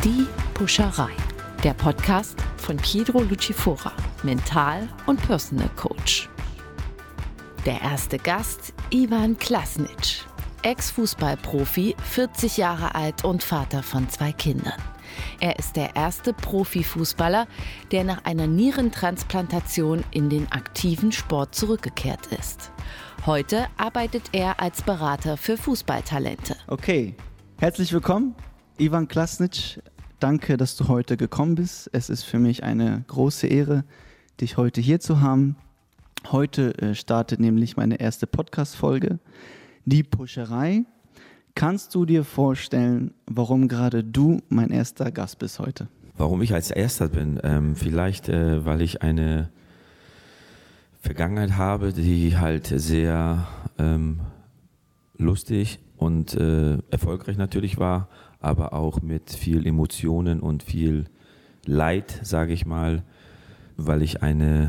Die Pusherei, der Podcast von Pietro Lucifora, Mental- und Personal Coach. Der erste Gast, Ivan Klasnic, Ex-Fußballprofi, 40 Jahre alt und Vater von 2 Kindern. Er ist der erste Profifußballer, der nach einer Nierentransplantation in den aktiven Sport zurückgekehrt ist. Heute arbeitet er als Berater für Fußballtalente. Okay, herzlich willkommen, Ivan Klasnic. Danke, dass du heute gekommen bist. Es ist für mich eine große Ehre, dich heute hier zu haben. Heute startet nämlich meine erste Podcast-Folge, Die Pusherei. Kannst du dir vorstellen, warum gerade du mein erster Gast bist heute? Warum ich als Erster bin? Vielleicht, weil ich eine Vergangenheit habe, die halt sehr lustig und erfolgreich natürlich war, aber auch mit viel Emotionen und viel Leid, sage ich mal, weil ich eine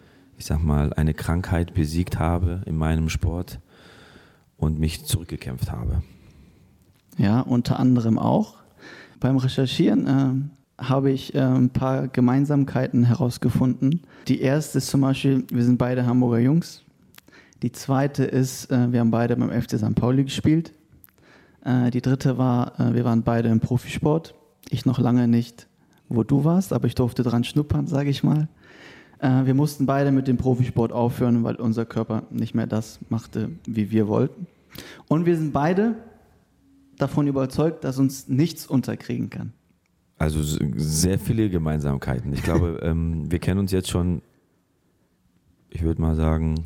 Krankheit besiegt habe in meinem Sport und mich zurückgekämpft habe. Ja, unter anderem auch. Beim Recherchieren habe ich ein paar Gemeinsamkeiten herausgefunden. Die erste ist zum Beispiel, wir sind beide Hamburger Jungs. Die zweite ist, wir haben beide beim FC St. Pauli gespielt. Die dritte war, wir waren beide im Profisport. Ich noch lange nicht, wo du warst, aber ich durfte dran schnuppern, sage ich mal. Wir mussten beide mit dem Profisport aufhören, weil unser Körper nicht mehr das machte, wie wir wollten. Und wir sind beide davon überzeugt, dass uns nichts unterkriegen kann. Also sehr viele Gemeinsamkeiten. Ich glaube, wir kennen uns jetzt schon, ich würde mal sagen,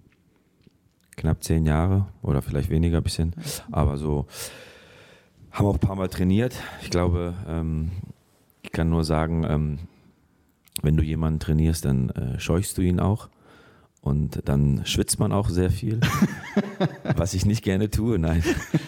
knapp 10 Jahre oder vielleicht weniger ein bisschen, aber so haben auch ein paar Mal trainiert. Ich glaube, ich kann nur sagen, wenn du jemanden trainierst, dann scheuchst du ihn auch und dann schwitzt man auch sehr viel, was ich nicht gerne tue, nein.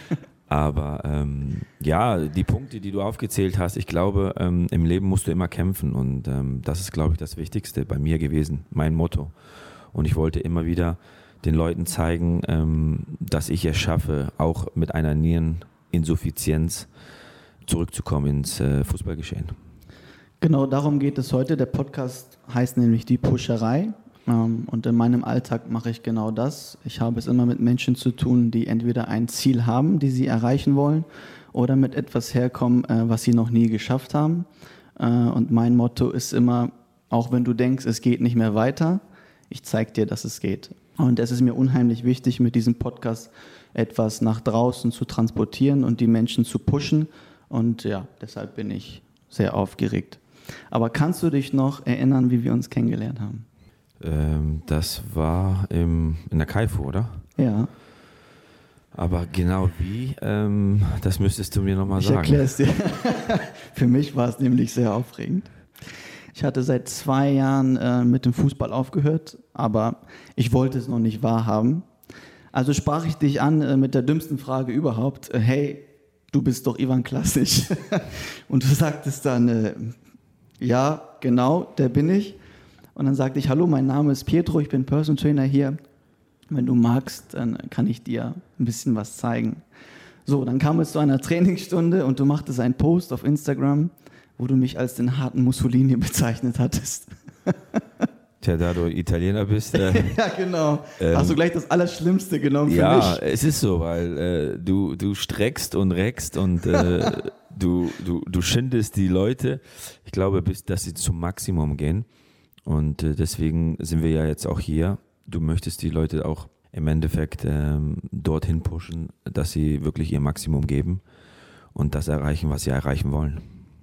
Aber ja, die Punkte, die du aufgezählt hast, ich glaube, im Leben musst du immer kämpfen und das ist, glaube ich, das Wichtigste bei mir gewesen, mein Motto. Und ich wollte immer wieder den Leuten zeigen, dass ich es schaffe, auch mit einer Niereninsuffizienz zurückzukommen ins Fußballgeschehen. Genau darum geht es heute. Der Podcast heißt nämlich Die Pusherei. Und in meinem Alltag mache ich genau das. Ich habe es immer mit Menschen zu tun, die entweder ein Ziel haben, die sie erreichen wollen, oder mit etwas herkommen, was sie noch nie geschafft haben. Und mein Motto ist immer, auch wenn du denkst, es geht nicht mehr weiter, ich zeige dir, dass es geht. Und es ist mir unheimlich wichtig, mit diesem Podcast etwas nach draußen zu transportieren und die Menschen zu pushen. Und ja, deshalb bin ich sehr aufgeregt. Aber kannst du dich noch erinnern, wie wir uns kennengelernt haben? Das war in der KAIFO, oder? Ja. Aber genau wie, das müsstest du mir nochmal sagen. Ich erkläre es dir. Für mich war es nämlich sehr aufregend. Ich hatte seit 2 Jahren mit dem Fußball aufgehört, aber ich wollte es noch nicht wahrhaben. Also sprach ich dich an mit der dümmsten Frage überhaupt. Hey, du bist doch Ivan Klasnic. Und du sagtest dann, ja, genau, der bin ich. Und dann sagte ich, hallo, mein Name ist Pietro, ich bin Personal Trainer hier. Wenn du magst, dann kann ich dir ein bisschen was zeigen. So, dann kam es zu einer Trainingsstunde und du machtest einen Post auf Instagram, wo du mich als den harten Mussolini bezeichnet hattest. Tja, da du Italiener bist. Ja, genau. Hast du gleich das Allerschlimmste genommen für mich? Ja, es ist so, weil du streckst und reckst und du schindest die Leute. Ich glaube, dass sie zum Maximum gehen. Und deswegen sind wir ja jetzt auch hier. Du möchtest die Leute auch im Endeffekt dorthin pushen, dass sie wirklich ihr Maximum geben und das erreichen, was sie erreichen wollen.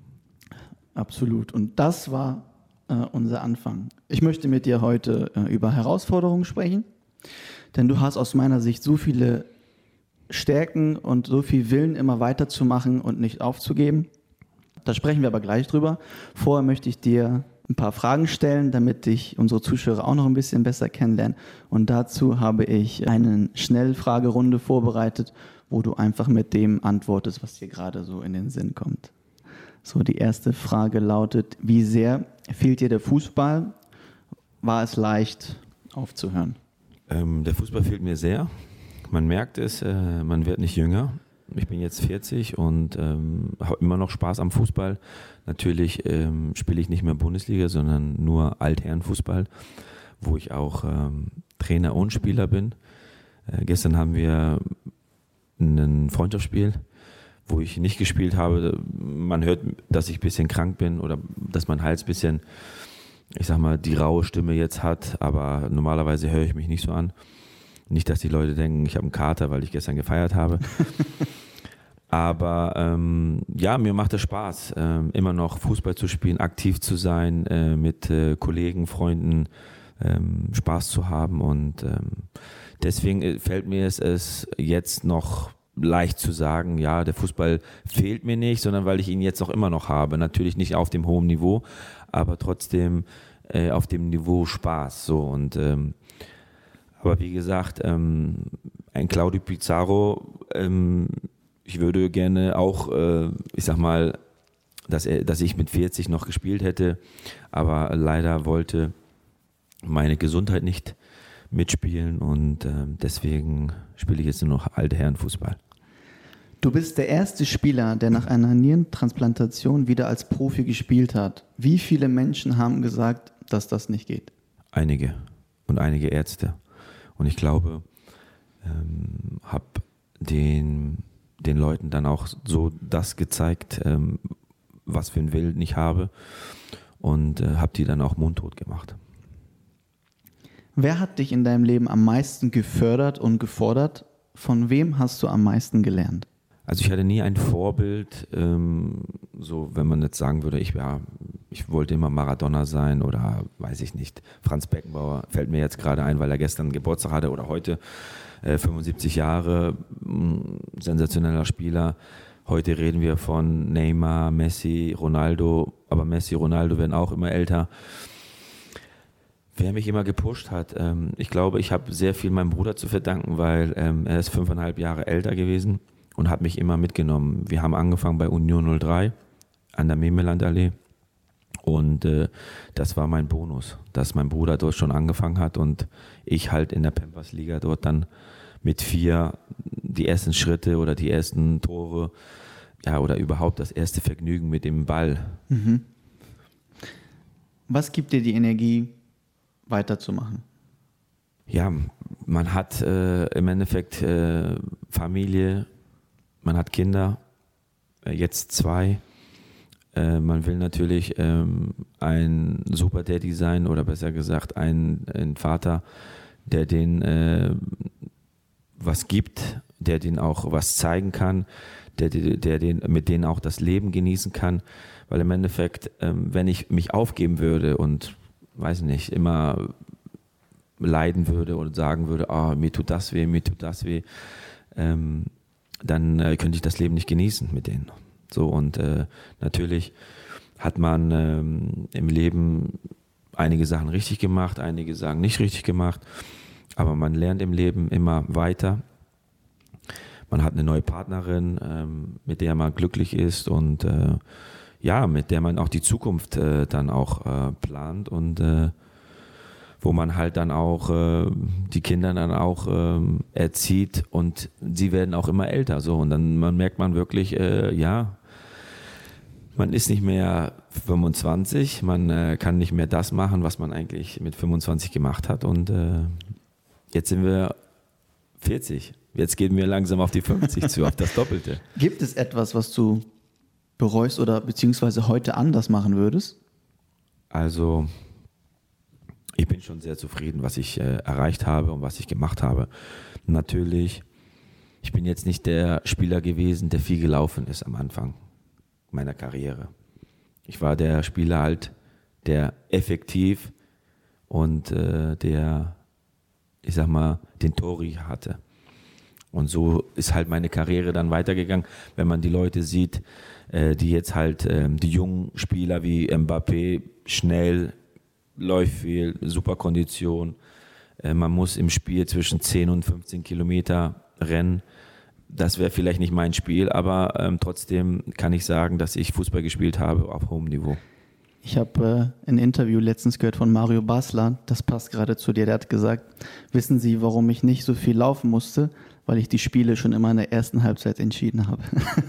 Absolut. Und das war unser Anfang. Ich möchte mit dir heute über Herausforderungen sprechen, denn du hast aus meiner Sicht so viele Stärken und so viel Willen, immer weiterzumachen und nicht aufzugeben. Da sprechen wir aber gleich drüber. Vorher möchte ich dir ein paar Fragen stellen, damit ich unsere Zuschauer auch noch ein bisschen besser kennenlernen. Und dazu habe ich eine Schnellfragerunde vorbereitet, wo du einfach mit dem antwortest, was dir gerade so in den Sinn kommt. So, die erste Frage lautet, wie sehr fehlt dir der Fußball? War es leicht aufzuhören? Der Fußball fehlt mir sehr. Man merkt es, man wird nicht jünger. ich bin jetzt 40 und habe immer noch Spaß am Fußball. Natürlich spiele ich nicht mehr Bundesliga, sondern nur Altherrenfußball, wo ich auch Trainer und Spieler bin. Gestern haben wir ein Freundschaftsspiel, wo ich nicht gespielt habe. Man hört, dass ich ein bisschen krank bin oder dass mein Hals ein bisschen, ich sag mal, die raue Stimme jetzt hat, aber normalerweise höre ich mich nicht so an. Nicht, dass die Leute denken, ich habe einen Kater, weil ich gestern gefeiert habe. Aber ja, mir macht es Spaß, immer noch Fußball zu spielen, aktiv zu sein, mit Kollegen, Freunden Spaß zu haben. Und deswegen fällt mir es jetzt noch leicht zu sagen, ja, der Fußball fehlt mir nicht, sondern weil ich ihn jetzt auch immer noch habe. Natürlich nicht auf dem hohen Niveau, aber trotzdem auf dem Niveau Spaß. So und aber wie gesagt, ein Claudio Pizarro, ich würde gerne auch, ich sag mal, dass ich mit 40 noch gespielt hätte, aber leider wollte meine Gesundheit nicht mitspielen und deswegen spiele ich jetzt nur noch Altherrenfußball. Du bist der erste Spieler, der nach einer Nierentransplantation wieder als Profi gespielt hat. Wie viele Menschen haben gesagt, dass das nicht geht? Einige und einige Ärzte. Und ich glaube, habe den Leuten dann auch so das gezeigt, was für einen Willen ich habe und habe die dann auch mundtot gemacht. Wer hat dich in deinem Leben am meisten gefördert und gefordert? Von wem hast du am meisten gelernt? Also ich hatte nie ein Vorbild, so wenn man jetzt sagen würde, ich wollte immer Maradona sein oder weiß ich nicht. Franz Beckenbauer fällt mir jetzt gerade ein, weil er gestern Geburtstag hatte oder heute, 75 Jahre, sensationeller Spieler. Heute reden wir von Neymar, Messi, Ronaldo, aber Messi, Ronaldo werden auch immer älter. Wer mich immer gepusht hat, ich glaube, ich habe sehr viel meinem Bruder zu verdanken, weil er ist 5,5 Jahre älter gewesen und hat mich immer mitgenommen. Wir haben angefangen bei Union 03 an der Memelandallee und das war mein Bonus, dass mein Bruder dort schon angefangen hat und ich halt in der Pampers-Liga dort dann mit 4 die ersten Schritte oder die ersten Tore, ja, oder überhaupt das erste Vergnügen mit dem Ball. Mhm. Was gibt dir die Energie, weiterzumachen? Ja, man hat im Endeffekt Familie, man hat Kinder, jetzt 2. Man will natürlich ein Super Daddy sein oder besser gesagt ein Vater, der denen was gibt, der denen auch was zeigen kann, mit denen auch das Leben genießen kann. Weil im Endeffekt, wenn ich mich aufgeben würde und weiß nicht, immer leiden würde und sagen würde, mir tut das weh, dann könnte ich das Leben nicht genießen mit denen. So und natürlich hat man im Leben einige Sachen richtig gemacht, einige Sachen nicht richtig gemacht, aber man lernt im Leben immer weiter. Man hat eine neue Partnerin, mit der man glücklich ist und ja, mit der man auch die Zukunft dann auch plant und wo man halt dann auch die Kinder dann auch erzieht und sie werden auch immer älter. So und dann merkt man wirklich, ja, man ist nicht mehr 25, man kann nicht mehr das machen, was man eigentlich mit 25 gemacht hat und jetzt sind wir 40. Jetzt gehen wir langsam auf die 50 zu, auf das Doppelte. Gibt es etwas, was du bereust oder beziehungsweise heute anders machen würdest? Also ich bin schon sehr zufrieden, was ich erreicht habe und was ich gemacht habe. Natürlich, ich bin jetzt nicht der Spieler gewesen, der viel gelaufen ist am Anfang meiner Karriere. Ich war der Spieler halt, der effektiv und der, ich sag mal, den Tori hatte. Und so ist halt meine Karriere dann weitergegangen, wenn man die Leute sieht, die jetzt halt, die jungen Spieler wie Mbappé, schnell, läuft viel, super Kondition. Man muss im Spiel zwischen 10 und 15 Kilometer rennen. Das wäre vielleicht nicht mein Spiel, aber trotzdem kann ich sagen, dass ich Fußball gespielt habe auf hohem Niveau. Ich habe ein Interview letztens gehört von Mario Basler, das passt gerade zu dir, der hat gesagt, wissen Sie, warum ich nicht so viel laufen musste? weil ich die Spiele schon immer in der ersten Halbzeit entschieden habe.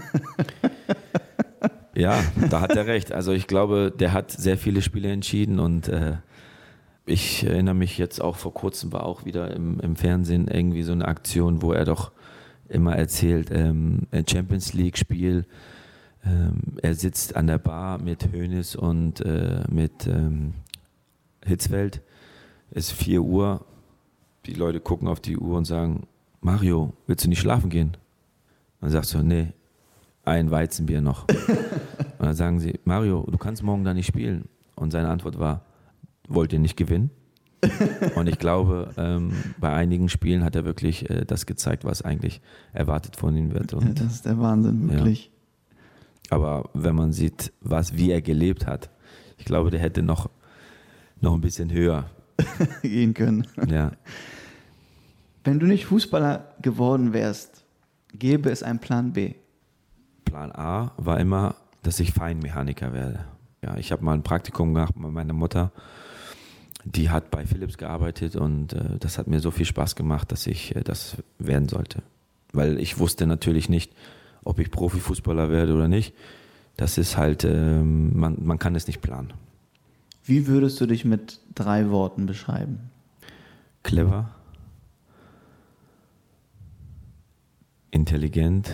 Ja, da hat er recht. Also ich glaube, der hat sehr viele Spiele entschieden und ich erinnere mich jetzt auch, vor kurzem war auch wieder im Fernsehen irgendwie so eine Aktion, wo er doch immer erzählt, ein Champions League Spiel, er sitzt an der Bar mit Hoeneß und mit Hitzfeld, es ist 4 Uhr, die Leute gucken auf die Uhr und sagen, Mario, willst du nicht schlafen gehen? Dann sagst du, nee, ein Weizenbier noch. Und dann sagen sie, Mario, du kannst morgen da nicht spielen. Und seine Antwort war, wollt ihr nicht gewinnen? Und ich glaube, bei einigen Spielen hat er wirklich das gezeigt, was eigentlich erwartet von ihm wird. Und, das ist der Wahnsinn, wirklich. Ja. Aber wenn man sieht, wie er gelebt hat, ich glaube, der hätte noch ein bisschen höher gehen können. Ja. Wenn du nicht Fußballer geworden wärst, gäbe es einen Plan B? Plan A war immer, dass ich Feinmechaniker werde. Ja, ich habe mal ein Praktikum gemacht bei meiner Mutter. Die hat bei Philips gearbeitet und das hat mir so viel Spaß gemacht, dass ich das werden sollte. Weil ich wusste natürlich nicht, ob ich Profifußballer werde oder nicht. Das ist halt, man kann es nicht planen. Wie würdest du dich mit 3 Worten beschreiben? Clever, intelligent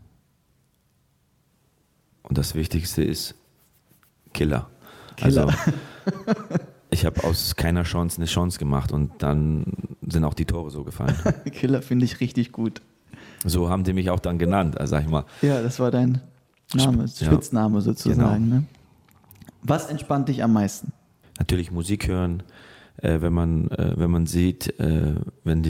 und das Wichtigste ist Killer. Also ich habe aus keiner Chance eine Chance gemacht und dann sind auch die Tore so gefallen. Killer finde ich richtig gut. So haben die mich auch dann genannt, sag ich mal. Ja, das war dein Name, Spitzname sozusagen. Genau. Ne? Was entspannt dich am meisten? Natürlich Musik hören, wenn man sieht, wenn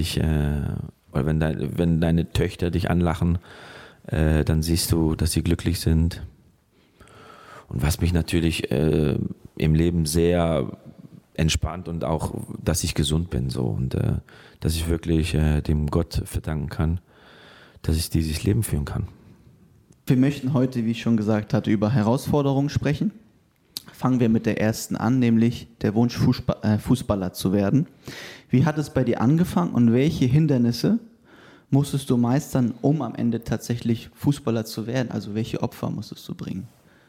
deine Töchter dich anlachen, dann siehst du, dass sie glücklich sind. Und was mich natürlich im Leben sehr entspannt und auch, dass ich gesund bin so und dass ich wirklich dem Gott verdanken kann, dass ich dieses Leben führen kann. Wir möchten heute, wie ich schon gesagt hatte, über Herausforderungen sprechen. Fangen wir mit der ersten an, nämlich der Wunsch, Fußballer zu werden. Wie hat es bei dir angefangen und welche Hindernisse musstest du meistern, um am Ende tatsächlich Fußballer zu werden? Also welche Opfer musstest du bringen?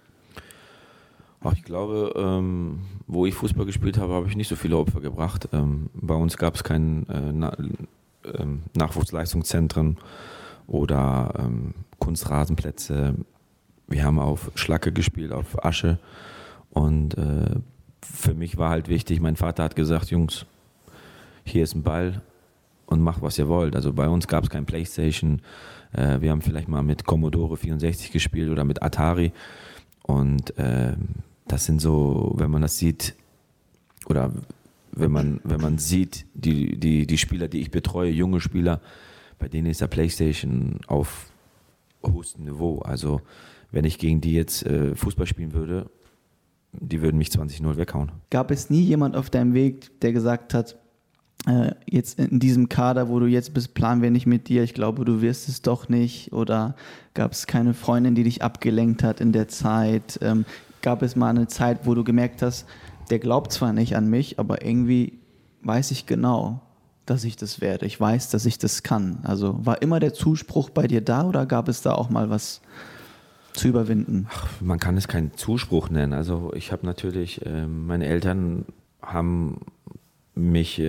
Ich glaube, wo ich Fußball gespielt habe, habe ich nicht so viele Opfer gebracht. Bei uns gab es keine Nachwuchsleistungszentren oder Kunstrasenplätze. Wir haben auf Schlacke gespielt, auf Asche. Und für mich war halt wichtig, mein Vater hat gesagt, Jungs, hier ist ein Ball und macht, was ihr wollt. Also bei uns gab es kein Playstation. Wir haben vielleicht mal mit Commodore 64 gespielt oder mit Atari. Und das sind so, wenn man das sieht, oder wenn man sieht, die Spieler, die ich betreue, junge Spieler, bei denen ist der Playstation auf hochstem Niveau. Also wenn ich gegen die jetzt Fußball spielen würde, die würden mich 20-0 weghauen. Gab es nie jemand auf deinem Weg, der gesagt hat, jetzt in diesem Kader, wo du jetzt bist, planen wir nicht mit dir, ich glaube, du wirst es doch nicht? Oder gab es keine Freundin, die dich abgelenkt hat in der Zeit? Gab es mal eine Zeit, wo du gemerkt hast, der glaubt zwar nicht an mich, aber irgendwie weiß ich genau, dass ich das werde. Ich weiß, dass ich das kann. Also war immer der Zuspruch bei dir da oder gab es da auch mal was zu überwinden? Man kann es keinen Zuspruch nennen. Also ich habe natürlich, meine Eltern haben mich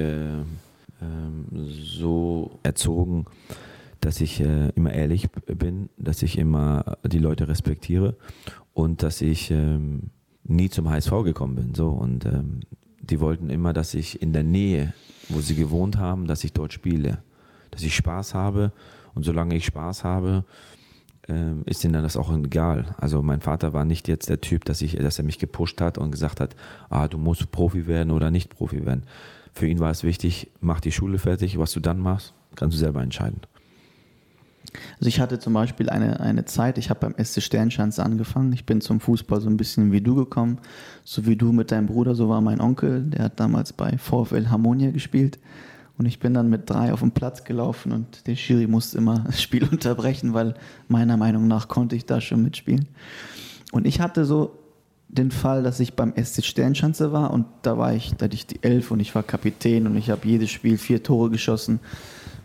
so erzogen, dass ich immer ehrlich bin, dass ich immer die Leute respektiere und dass ich nie zum HSV gekommen bin. So. Und die wollten immer, dass ich in der Nähe, wo sie gewohnt haben, dass ich dort spiele, dass ich Spaß habe und solange ich Spaß habe, ist ihnen das auch egal. Also mein Vater war nicht jetzt der Typ, dass er mich gepusht hat und gesagt hat, du musst Profi werden oder nicht Profi werden. Für ihn war es wichtig, mach die Schule fertig, was du dann machst, kannst du selber entscheiden. Also ich hatte zum Beispiel eine Zeit, ich habe beim SC Sternschanze angefangen, ich bin zum Fußball so ein bisschen wie du gekommen, so wie du mit deinem Bruder, so war mein Onkel, der hat damals bei VfL Harmonia gespielt. Und ich bin dann mit 3 auf den Platz gelaufen und der Schiri musste immer das Spiel unterbrechen, weil meiner Meinung nach konnte ich da schon mitspielen. Und ich hatte so den Fall, dass ich beim SC Sternschanze war und da hatte ich die 11 und ich war Kapitän und ich habe jedes Spiel 4 Tore geschossen.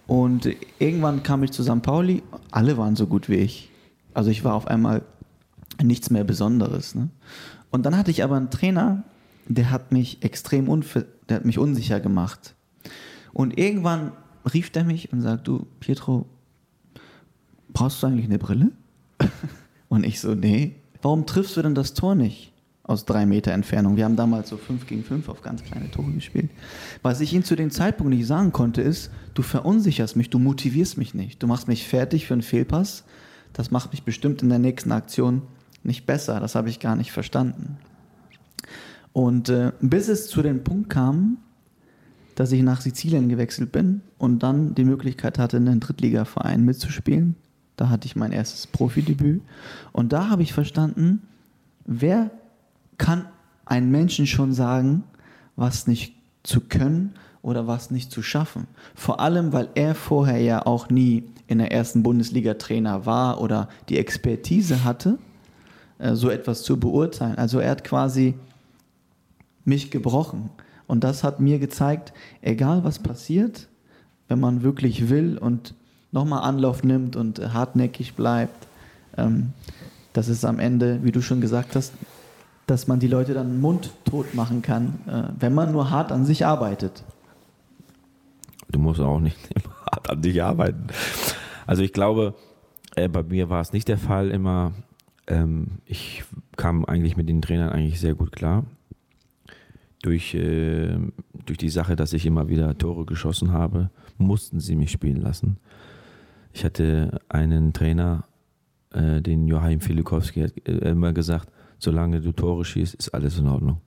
Und irgendwann kam ich zu St. Pauli, alle waren so gut wie ich. Also ich war auf einmal nichts mehr Besonderes. Ne? Und dann hatte ich aber einen Trainer, der hat mich der hat mich unsicher gemacht. Und irgendwann rief der mich und sagt, du Pietro, brauchst du eigentlich eine Brille? Und ich so, nee. Warum triffst du denn das Tor nicht aus 3 Meter Entfernung? Wir haben damals so 5 gegen 5 auf ganz kleine Tore gespielt. Was ich ihm zu dem Zeitpunkt nicht sagen konnte, ist, du verunsicherst mich, du motivierst mich nicht. Du machst mich fertig für einen Fehlpass. Das macht mich bestimmt in der nächsten Aktion nicht besser. Das habe ich gar nicht verstanden. Und bis es zu dem Punkt kam, dass ich nach Sizilien gewechselt bin und dann die Möglichkeit hatte, in einem Drittligaverein mitzuspielen. Da hatte ich mein erstes Profidebüt. Und da habe ich verstanden, wer kann einem Menschen schon sagen, was nicht zu können oder was nicht zu schaffen. Vor allem, weil er vorher ja auch nie in der ersten Bundesliga Trainer war oder die Expertise hatte, so etwas zu beurteilen. Also er hat quasi mich gebrochen. Und das hat mir gezeigt, egal was passiert, wenn man wirklich will und nochmal Anlauf nimmt und hartnäckig bleibt, dass es am Ende, wie du schon gesagt hast, dass man die Leute dann mundtot machen kann, wenn man nur hart an sich arbeitet. Du musst auch nicht immer hart an dich arbeiten. Also ich glaube, bei mir war es nicht der Fall immer. Ich kam eigentlich mit den Trainern eigentlich sehr gut klar. Durch die Sache, dass ich immer wieder Tore geschossen habe, mussten sie mich spielen lassen. Ich hatte einen Trainer, den Joachim Filikowski, hat immer gesagt, solange du Tore schießt, ist alles in Ordnung.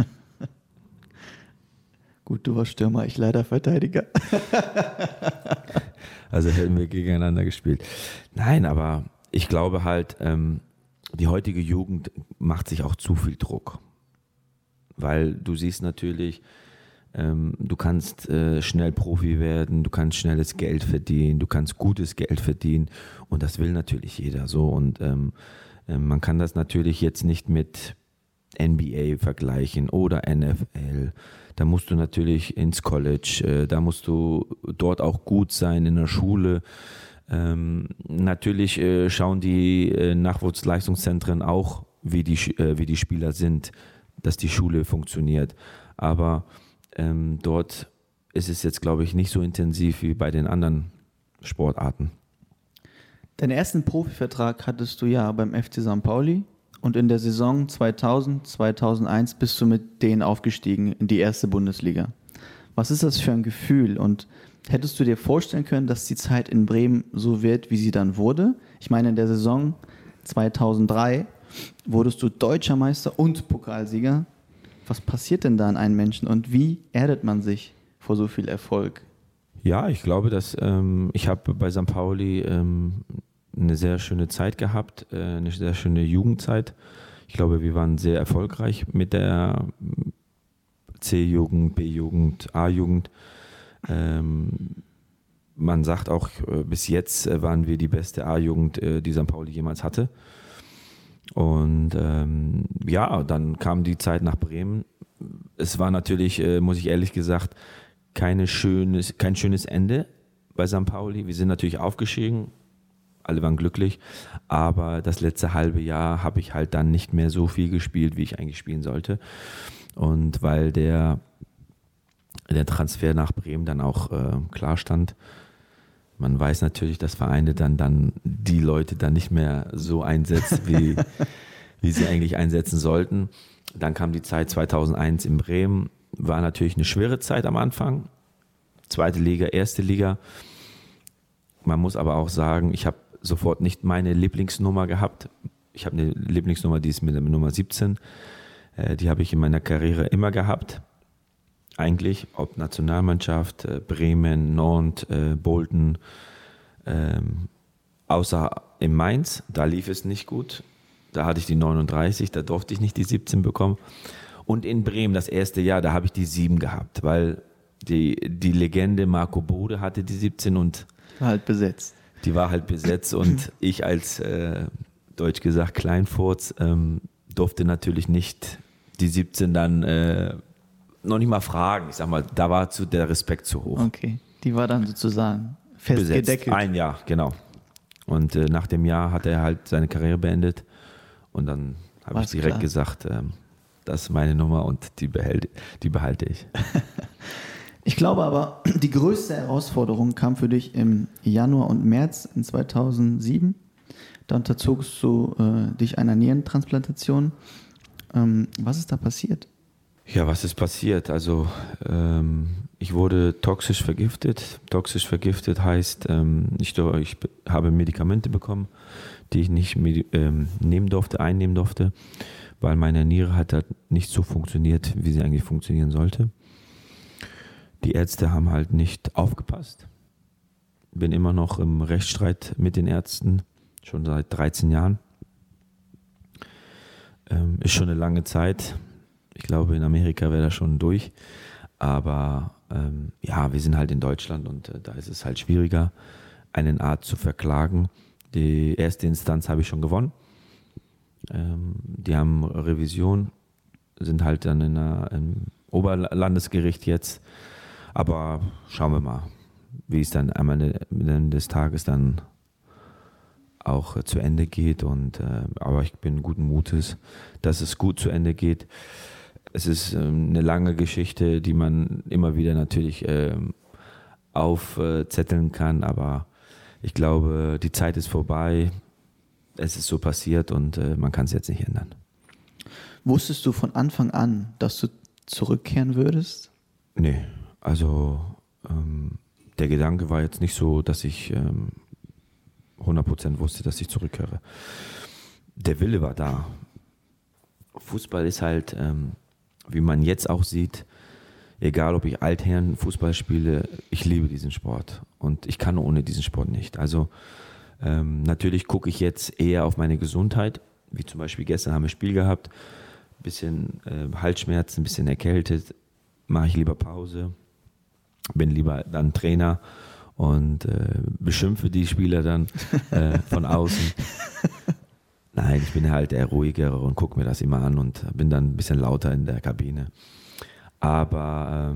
Gut, du warst Stürmer, ich leider Verteidiger. Also hätten wir gegeneinander gespielt. Nein, aber ich glaube halt, die heutige Jugend macht sich auch zu viel Druck. Weil du siehst natürlich, du kannst schnell Profi werden, du kannst schnelles Geld verdienen, du kannst gutes Geld verdienen und das will natürlich jeder so. Und man kann das natürlich jetzt nicht mit NBA vergleichen oder NFL. Da musst du natürlich ins College, da musst du dort auch gut sein in der Schule. Natürlich schauen die Nachwuchsleistungszentren auch, wie die Spieler sind, dass die Schule funktioniert. Aber dort ist es jetzt, glaube ich, nicht so intensiv wie bei den anderen Sportarten. Deinen ersten Profivertrag hattest du ja beim FC St. Pauli und in der Saison 2000, 2001 bist du mit denen aufgestiegen in die erste Bundesliga. Was ist das für ein Gefühl und hättest du dir vorstellen können, dass die Zeit in Bremen so wird, wie sie dann wurde? Ich meine, in der Saison 2003 wurdest du Deutscher Meister und Pokalsieger. Was passiert denn da an einem Menschen und wie erdet man sich vor so viel Erfolg? Ja, ich glaube, dass ich habe bei St. Pauli eine sehr schöne Zeit gehabt, eine sehr schöne Jugendzeit. Ich glaube, wir waren sehr erfolgreich mit der C-Jugend, B-Jugend, A-Jugend. Man sagt auch, bis jetzt waren wir die beste A-Jugend, die St. Pauli jemals hatte. Und ja, dann kam die Zeit nach Bremen. Es war natürlich, muss ich ehrlich gesagt, kein schönes Ende bei St. Pauli. Wir sind natürlich aufgestiegen, alle waren glücklich, aber das letzte halbe Jahr habe ich halt dann nicht mehr so viel gespielt, wie ich eigentlich spielen sollte. Und weil der Transfer nach Bremen dann auch klar stand, man weiß natürlich, dass Vereine dann die Leute dann nicht mehr so einsetzen, wie sie eigentlich einsetzen sollten. Dann kam die Zeit 2001 in Bremen, war natürlich eine schwere Zeit am Anfang. Zweite Liga, erste Liga. Man muss aber auch sagen, ich habe sofort nicht meine Lieblingsnummer gehabt. Ich habe eine Lieblingsnummer, die ist mit der Nummer 17. Die habe ich in meiner Karriere immer gehabt. Eigentlich, ob Nationalmannschaft, Bremen, Nantes, Bolton, außer in Mainz, da lief es nicht gut. Da hatte ich die 39, da durfte ich nicht die 17 bekommen. Und in Bremen, das erste Jahr, da habe ich die 7 gehabt, weil die Legende Marco Bode hatte die 17 und war halt besetzt. Die war halt besetzt und ich als, deutsch gesagt, Kleinfurz, durfte natürlich nicht die 17 dann noch nicht mal fragen. Ich sag mal, da war der Respekt zu hoch. Okay, die war dann sozusagen fest besetzt. gedeckelt. Ein Jahr, genau. Und nach dem Jahr hat er halt seine Karriere beendet. Und dann habe ich direkt gesagt, das ist meine Nummer und die behalte ich. Ich glaube aber, die größte Herausforderung kam für dich im Januar und März in 2007. Da unterzogst du dich einer Nierentransplantation. Was ist da passiert? Ja, was ist passiert? Also ich wurde toxisch vergiftet. Toxisch vergiftet heißt, ich habe Medikamente bekommen, die ich nicht einnehmen durfte, weil meine Niere hat halt nicht so funktioniert, wie sie eigentlich funktionieren sollte. Die Ärzte haben halt nicht aufgepasst. Bin immer noch im Rechtsstreit mit den Ärzten, schon seit 13 Jahren. Ist schon eine lange Zeit. Ich glaube, in Amerika wäre das schon durch. Aber wir sind halt in Deutschland und da ist es halt schwieriger, einen Arzt zu verklagen. Die erste Instanz habe ich schon gewonnen. Die haben Revision, sind halt dann im Oberlandesgericht jetzt. Aber schauen wir mal, wie es dann am Ende des Tages dann auch zu Ende geht. Aber ich bin guten Mutes, dass es gut zu Ende geht. Es ist eine lange Geschichte, die man immer wieder natürlich aufzetteln kann. Aber ich glaube, die Zeit ist vorbei. Es ist so passiert und man kann es jetzt nicht ändern. Wusstest du von Anfang an, dass du zurückkehren würdest? Nee, also der Gedanke war jetzt nicht so, dass ich 100% wusste, dass ich zurückkehre. Der Wille war da. Fußball ist halt, wie man jetzt auch sieht, egal ob ich Altherren Fußball spiele, ich liebe diesen Sport und ich kann ohne diesen Sport nicht. Also natürlich gucke ich jetzt eher auf meine Gesundheit, wie zum Beispiel gestern haben wir ein Spiel gehabt, ein bisschen Halsschmerzen, ein bisschen erkältet, mache ich lieber Pause, bin lieber dann Trainer und beschimpfe die Spieler dann von außen. Nein, ich bin halt der Ruhigere und gucke mir das immer an und bin dann ein bisschen lauter in der Kabine. Aber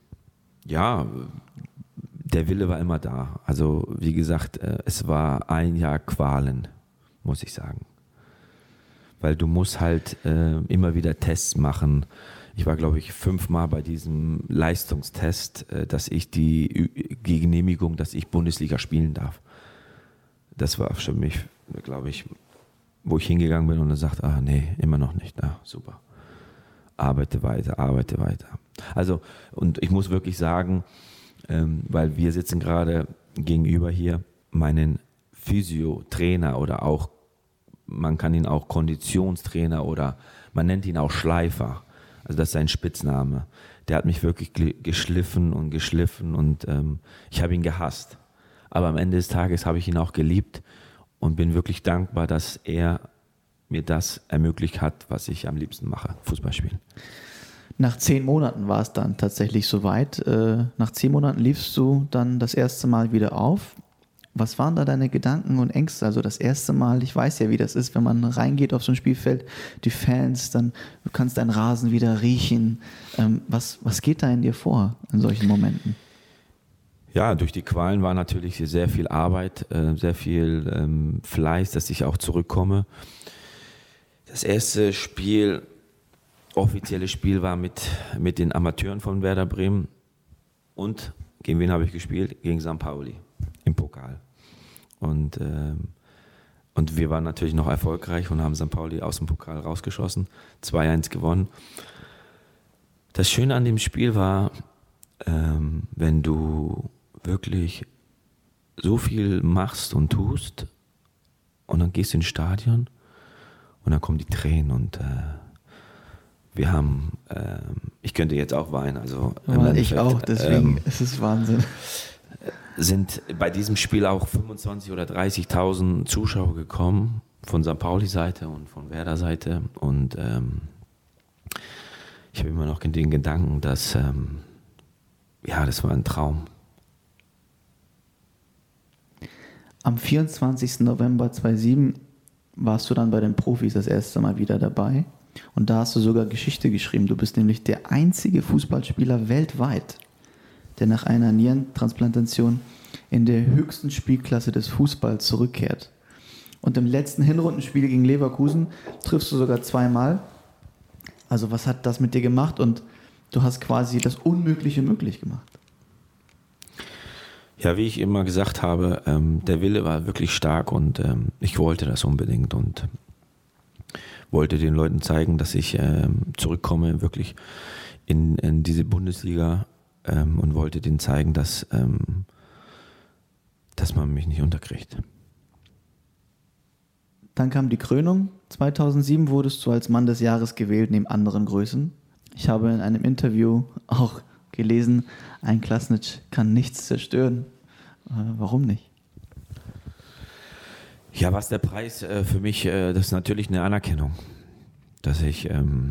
der Wille war immer da. Also wie gesagt, es war ein Jahr Qualen, muss ich sagen. Weil du musst halt immer wieder Tests machen. Ich war, glaube ich, 5-mal bei diesem Leistungstest, dass ich die Genehmigung, dass ich Bundesliga spielen darf. Das war für mich, glaube ich, wo ich hingegangen bin und dann sagt, nee, immer noch nicht. Super. Arbeite weiter. Also, und ich muss wirklich sagen, weil wir sitzen gerade gegenüber hier, meinen Physio-Trainer oder auch, man kann ihn auch Konditionstrainer oder man nennt ihn auch Schleifer. Also das ist sein Spitzname. Der hat mich wirklich geschliffen und ich habe ihn gehasst. Aber am Ende des Tages habe ich ihn auch geliebt und bin wirklich dankbar, dass er mir das ermöglicht hat, was ich am liebsten mache, Fußball spielen. Nach 10 Monaten war es dann tatsächlich soweit. Nach 10 Monaten liefst du dann das erste Mal wieder auf. Was waren da deine Gedanken und Ängste? Also das erste Mal, ich weiß ja, wie das ist, wenn man reingeht auf so ein Spielfeld, die Fans, dann du kannst deinen Rasen wieder riechen. Was geht da in dir vor in solchen Momenten? Ja, durch die Qualen war natürlich sehr viel Arbeit, sehr viel Fleiß, dass ich auch zurückkomme. Das erste Spiel, offizielle Spiel war mit den Amateuren von Werder Bremen und gegen wen habe ich gespielt? Gegen St. Pauli im Pokal. Und wir waren natürlich noch erfolgreich und haben St. Pauli aus dem Pokal rausgeschossen, 2-1 gewonnen. Das Schöne an dem Spiel war, wenn du wirklich so viel machst und tust und dann gehst du ins Stadion und dann kommen die Tränen und wir haben, ich könnte jetzt auch weinen, also ich auch, deswegen ist es Wahnsinn. Sind bei diesem Spiel auch 25.000 oder 30.000 Zuschauer gekommen, von St. Pauli-Seite und von Werder-Seite und ich habe immer noch den Gedanken, dass das war ein Traum. Am 24. November 2007 warst du dann bei den Profis das erste Mal wieder dabei und da hast du sogar Geschichte geschrieben. Du bist nämlich der einzige Fußballspieler weltweit, der nach einer Nierentransplantation in der höchsten Spielklasse des Fußballs zurückkehrt. Und im letzten Hinrundenspiel gegen Leverkusen triffst du sogar 2-mal. Also was hat das mit dir gemacht? Und du hast quasi das Unmögliche möglich gemacht. Ja, wie ich immer gesagt habe, der Wille war wirklich stark und ich wollte das unbedingt und wollte den Leuten zeigen, dass ich zurückkomme wirklich in diese Bundesliga und wollte denen zeigen, dass man mich nicht unterkriegt. Dann kam die Krönung. 2007 wurdest du als Mann des Jahres gewählt, neben anderen Größen. Ich habe in einem Interview auch gelesen, ein Klasnic kann nichts zerstören. Warum nicht? Ja, was der Preis für mich, das ist natürlich eine Anerkennung, dass ich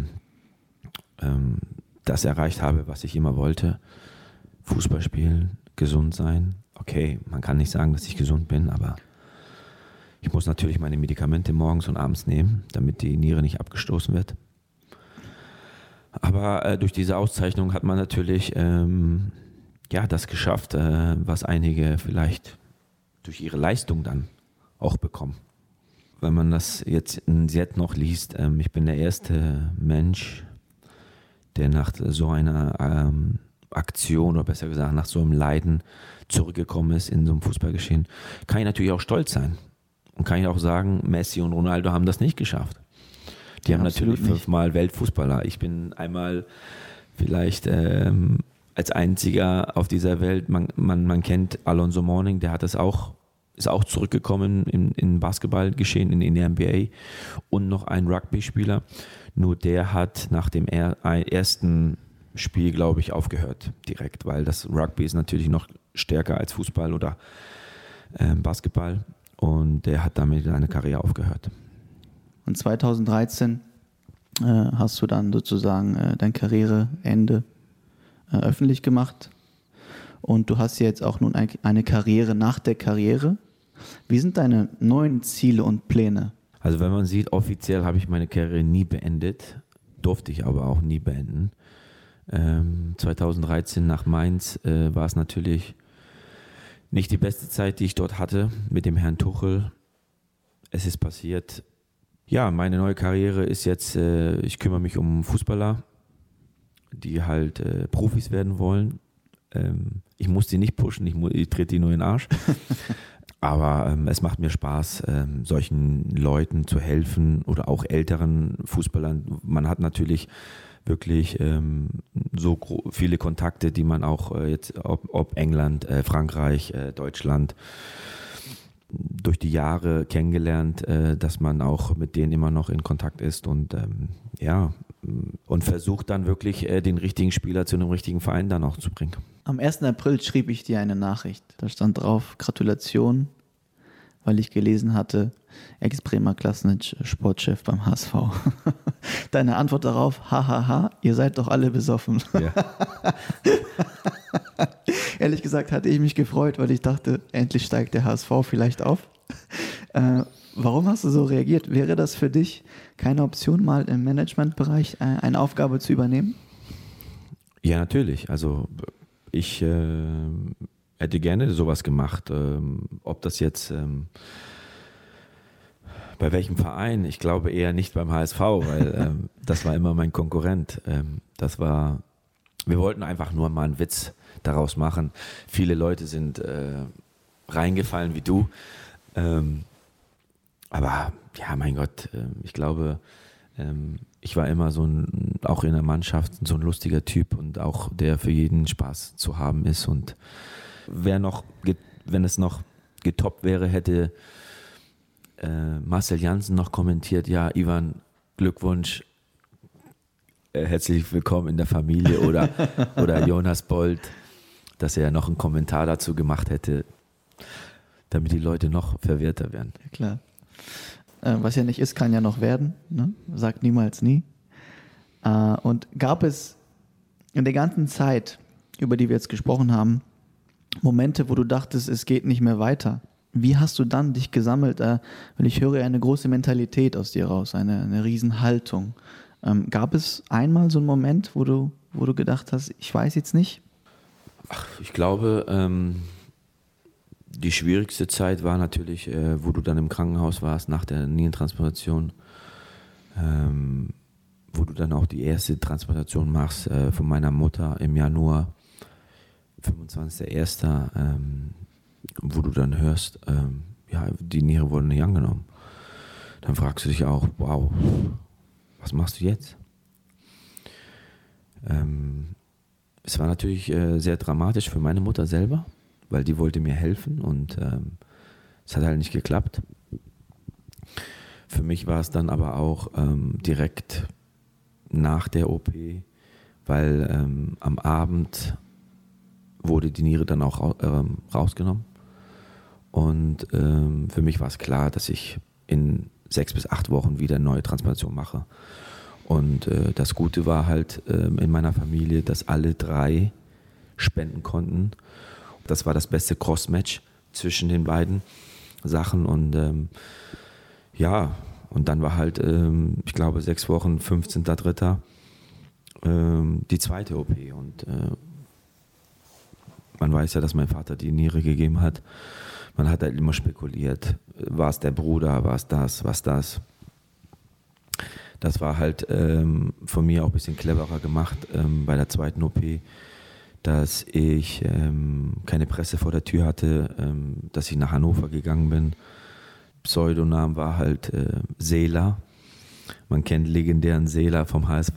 das erreicht habe, was ich immer wollte. Fußball spielen, gesund sein. Okay, man kann nicht sagen, dass ich gesund bin, aber ich muss natürlich meine Medikamente morgens und abends nehmen, damit die Niere nicht abgestoßen wird. Aber durch diese Auszeichnung hat man natürlich das geschafft, was einige vielleicht durch ihre Leistung dann auch bekommen. Wenn man das jetzt noch liest, ich bin der erste Mensch, der nach so einer Aktion oder besser gesagt nach so einem Leiden zurückgekommen ist in so einem Fußballgeschehen, kann ich natürlich auch stolz sein. Und kann ich auch sagen, Messi und Ronaldo haben das nicht geschafft. Die haben natürlich 5-mal Weltfußballer. Ich bin einmal vielleicht als einziger auf dieser Welt, man kennt Alonso Mourning, der hat das ist auch zurückgekommen in Basketballgeschehen in der NBA und noch ein Rugby-Spieler. Nur der hat nach dem ersten Spiel, glaube ich, aufgehört direkt, weil das Rugby ist natürlich noch stärker als Fußball oder Basketball und der hat damit seine Karriere aufgehört. Und 2013 hast du dann sozusagen dein Karriereende öffentlich gemacht und du hast jetzt auch nun eine Karriere nach der Karriere. Wie sind deine neuen Ziele und Pläne? Also wenn man sieht, offiziell habe ich meine Karriere nie beendet, durfte ich aber auch nie beenden. 2013 nach Mainz war es natürlich nicht die beste Zeit, die ich dort hatte mit dem Herrn Tuchel. Es ist passiert. Ja, meine neue Karriere ist jetzt, ich kümmere mich um Fußballer, die halt Profis werden wollen. Ich muss die nicht pushen, ich trete die nur in den Arsch. Aber es macht mir Spaß, solchen Leuten zu helfen oder auch älteren Fußballern. Man hat natürlich wirklich so viele Kontakte, die man auch jetzt, ob England, Frankreich, Deutschland, durch die Jahre kennengelernt, dass man auch mit denen immer noch in Kontakt ist und und versucht dann wirklich den richtigen Spieler zu einem richtigen Verein dann auch zu bringen. Am 1. April schrieb ich dir eine Nachricht. Da stand drauf, Gratulation, weil ich gelesen hatte, Ex-Bremer Klasnic, Sportchef beim HSV. Deine Antwort darauf, hahaha, ihr seid doch alle besoffen. Ja. Ehrlich gesagt hatte ich mich gefreut, weil ich dachte, endlich steigt der HSV vielleicht auf. Warum hast du so reagiert? Wäre das für dich keine Option, mal im Managementbereich eine Aufgabe zu übernehmen? Ja, natürlich. Also ich hätte gerne sowas gemacht. Ob das jetzt bei welchem Verein? Ich glaube eher nicht beim HSV, weil das war immer mein Konkurrent. Wir wollten einfach nur mal einen Witz daraus machen. Viele Leute sind reingefallen wie du. Aber ja, mein Gott, ich glaube, ich war immer auch in der Mannschaft so ein lustiger Typ und auch der für jeden Spaß zu haben ist. Und wenn es noch getoppt wäre, hätte Marcel Janssen noch kommentiert, ja, Ivan, Glückwunsch, herzlich willkommen in der Familie oder Jonas Bold, dass er noch einen Kommentar dazu gemacht hätte, damit die Leute noch verwirrter werden. Ja, klar. Was ja nicht ist, kann ja noch werden. Ne? Sagt niemals nie. Und gab es in der ganzen Zeit, über die wir jetzt gesprochen haben, Momente, wo du dachtest, es geht nicht mehr weiter? Wie hast du dann dich gesammelt? Weil ich höre eine große Mentalität aus dir raus, eine Riesenhaltung. Gab es einmal so einen Moment, wo du gedacht hast, ich weiß jetzt nicht? Ich glaube, die schwierigste Zeit war natürlich, wo du dann im Krankenhaus warst nach der Nierentransplantation, wo du dann auch die erste Transplantation machst von meiner Mutter im Januar, 25.01., wo du dann hörst, ja, die Niere wurde nicht angenommen. Dann fragst du dich auch, wow, was machst du jetzt? Es war natürlich sehr dramatisch für meine Mutter selber, weil die wollte mir helfen und es hat halt nicht geklappt. Für mich war es dann aber auch direkt nach der OP, weil am Abend wurde die Niere dann auch rausgenommen. Und für mich war es klar, dass ich in 6 bis 8 Wochen wieder eine neue Transplantation mache. Und das Gute war halt in meiner Familie, dass alle 3 spenden konnten. Das war das beste Cross-Match zwischen den beiden Sachen. Und ja, und dann war halt, ich glaube, 6 Wochen, 15.03. Die zweite OP. Und man weiß ja, dass mein Vater die Niere gegeben hat. Man hat halt immer spekuliert, war es der Bruder, war es das. Das war halt von mir auch ein bisschen cleverer gemacht bei der zweiten OP, dass ich keine Presse vor der Tür hatte, dass ich nach Hannover gegangen bin. Pseudonym war halt Seeler. Man kennt legendären Seeler vom HSV.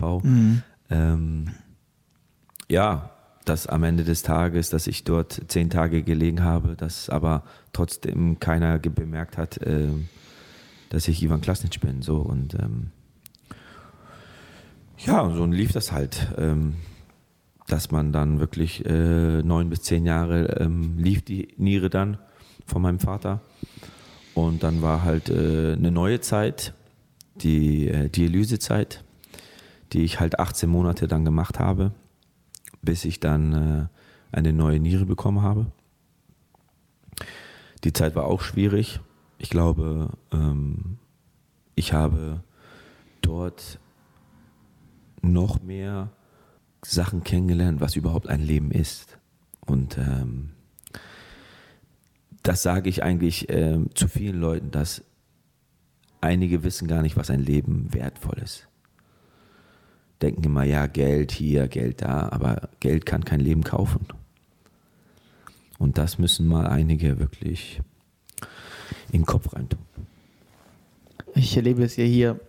Ja, dass am Ende des Tages, dass ich dort 10 Tage gelegen habe, dass aber trotzdem keiner bemerkt hat, dass ich Ivan Klasnic bin. So. Und ja, so lief das halt, dass man dann wirklich 9 bis 10 Jahre lief die Niere dann von meinem Vater. Und dann war halt eine neue Zeit, die Dialysezeit, die ich halt 18 Monate dann gemacht habe, bis ich dann eine neue Niere bekommen habe. Die Zeit war auch schwierig. Ich glaube, ich habe dort noch mehr Sachen kennengelernt, was überhaupt ein Leben ist. Und das sage ich eigentlich zu vielen Leuten, dass einige wissen gar nicht, was ein Leben wertvoll ist. Denken immer, ja, Geld hier, Geld da, aber Geld kann kein Leben kaufen. Und das müssen mal einige wirklich in den Kopf reintun. Ich erlebe es ja hier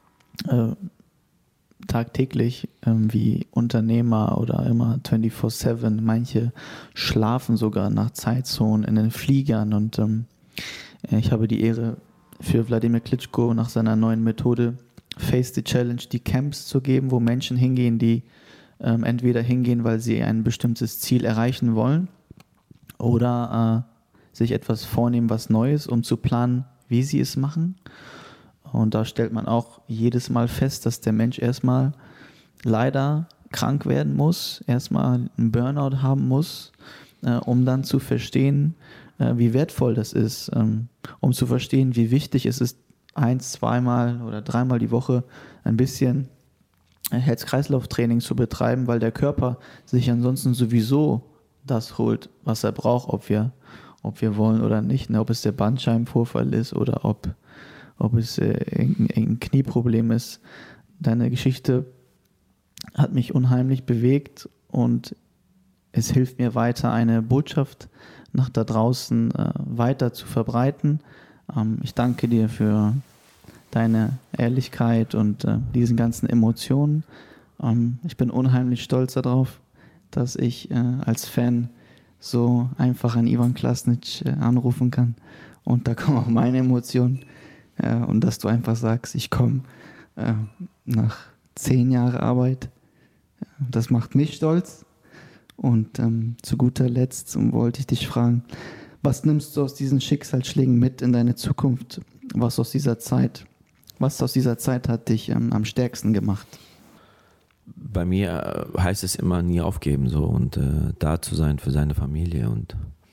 tagtäglich, wie Unternehmer oder immer 24/7, manche schlafen sogar nach Zeitzonen in den Fliegern und ich habe die Ehre, für Wladimir Klitschko nach seiner neuen Methode Face the Challenge die Camps zu geben, wo Menschen hingehen, die entweder hingehen, weil sie ein bestimmtes Ziel erreichen wollen oder sich etwas vornehmen, was Neues, um zu planen, wie sie es machen. Und da stellt man auch jedes Mal fest, dass der Mensch erstmal leider krank werden muss, erstmal einen Burnout haben muss, um dann zu verstehen, wie wertvoll das ist, um zu verstehen, wie wichtig es ist, 1-, 2-mal oder 3-mal die Woche ein bisschen Herz-Kreislauf-Training zu betreiben, weil der Körper sich ansonsten sowieso das holt, was er braucht, ob wir wollen oder nicht, ob es der Bandscheibenvorfall ist oder ob es irgendein Knieproblem ist. Deine Geschichte hat mich unheimlich bewegt und es hilft mir weiter, eine Botschaft nach da draußen weiter zu verbreiten. Ich danke dir für deine Ehrlichkeit und diesen ganzen Emotionen. Ich bin unheimlich stolz darauf, dass ich als Fan so einfach an Ivan Klasnic anrufen kann. Und da kommen auch meine Emotionen. Und dass du einfach sagst, ich komme nach 10 Jahren Arbeit. Das macht mich stolz. Und zu guter Letzt wollte ich dich fragen, was nimmst du aus diesen Schicksalsschlägen mit in deine Zukunft? Was aus dieser Zeit hat dich am stärksten gemacht? Bei mir heißt es immer, nie aufgeben so und da zu sein für seine Familie und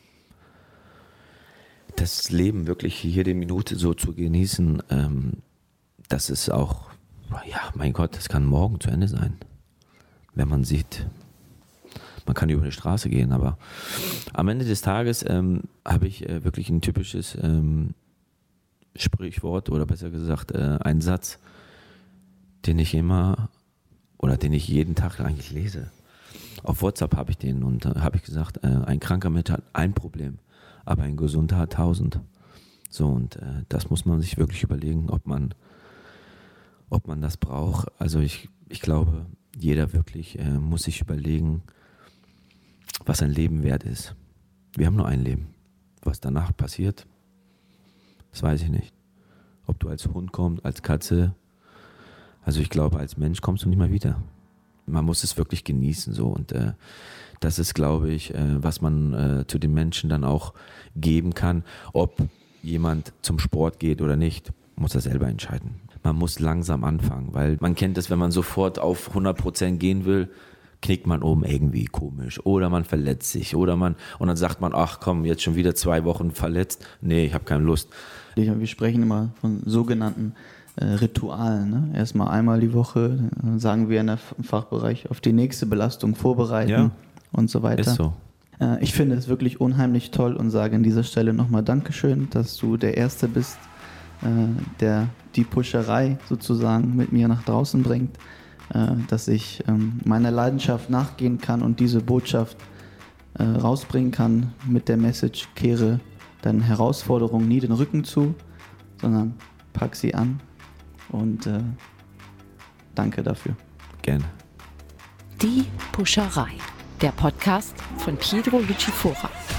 das Leben wirklich jede Minute so zu genießen, das ist auch, ja, mein Gott, das kann morgen zu Ende sein. Wenn man sieht, man kann über die Straße gehen, aber am Ende des Tages habe ich wirklich ein typisches Sprichwort oder besser gesagt einen Satz, den ich jeden Tag eigentlich lese. Auf WhatsApp habe ich den und habe ich gesagt, ein kranker Mensch hat ein Problem, aber ein Gesunder hat 1000. So, und das muss man sich wirklich überlegen, ob man das braucht. Also ich glaube, jeder wirklich muss sich überlegen, was ein Leben wert ist. Wir haben nur ein Leben. Was danach passiert, das weiß ich nicht. Ob du als Hund kommst, als Katze. Also ich glaube, als Mensch kommst du nicht mal wieder. Man muss es wirklich genießen so und das ist, glaube ich, was man zu den Menschen dann auch geben kann. Ob jemand zum Sport geht oder nicht, muss er selber entscheiden. Man muss langsam anfangen, weil man kennt es, wenn man sofort auf 100% gehen will, knickt man irgendwie komisch oder man verletzt sich und dann sagt man, ach komm, jetzt schon wieder 2 Wochen verletzt, nee, ich habe keine Lust. Wir sprechen immer von sogenannten Ritualen. Ne? Erstmal einmal die Woche, sagen wir im Fachbereich, auf die nächste Belastung vorbereiten und so weiter. Ist so. Ich finde es wirklich unheimlich toll und sage an dieser Stelle nochmal Dankeschön, dass du der Erste bist, der die Pusherei sozusagen mit mir nach draußen bringt, dass ich meiner Leidenschaft nachgehen kann und diese Botschaft rausbringen kann mit der Message: Kehre deinen Herausforderungen nie den Rücken zu, sondern pack sie an und danke dafür. Gerne. Die Pusherei, der Podcast von Pietro Lucifora.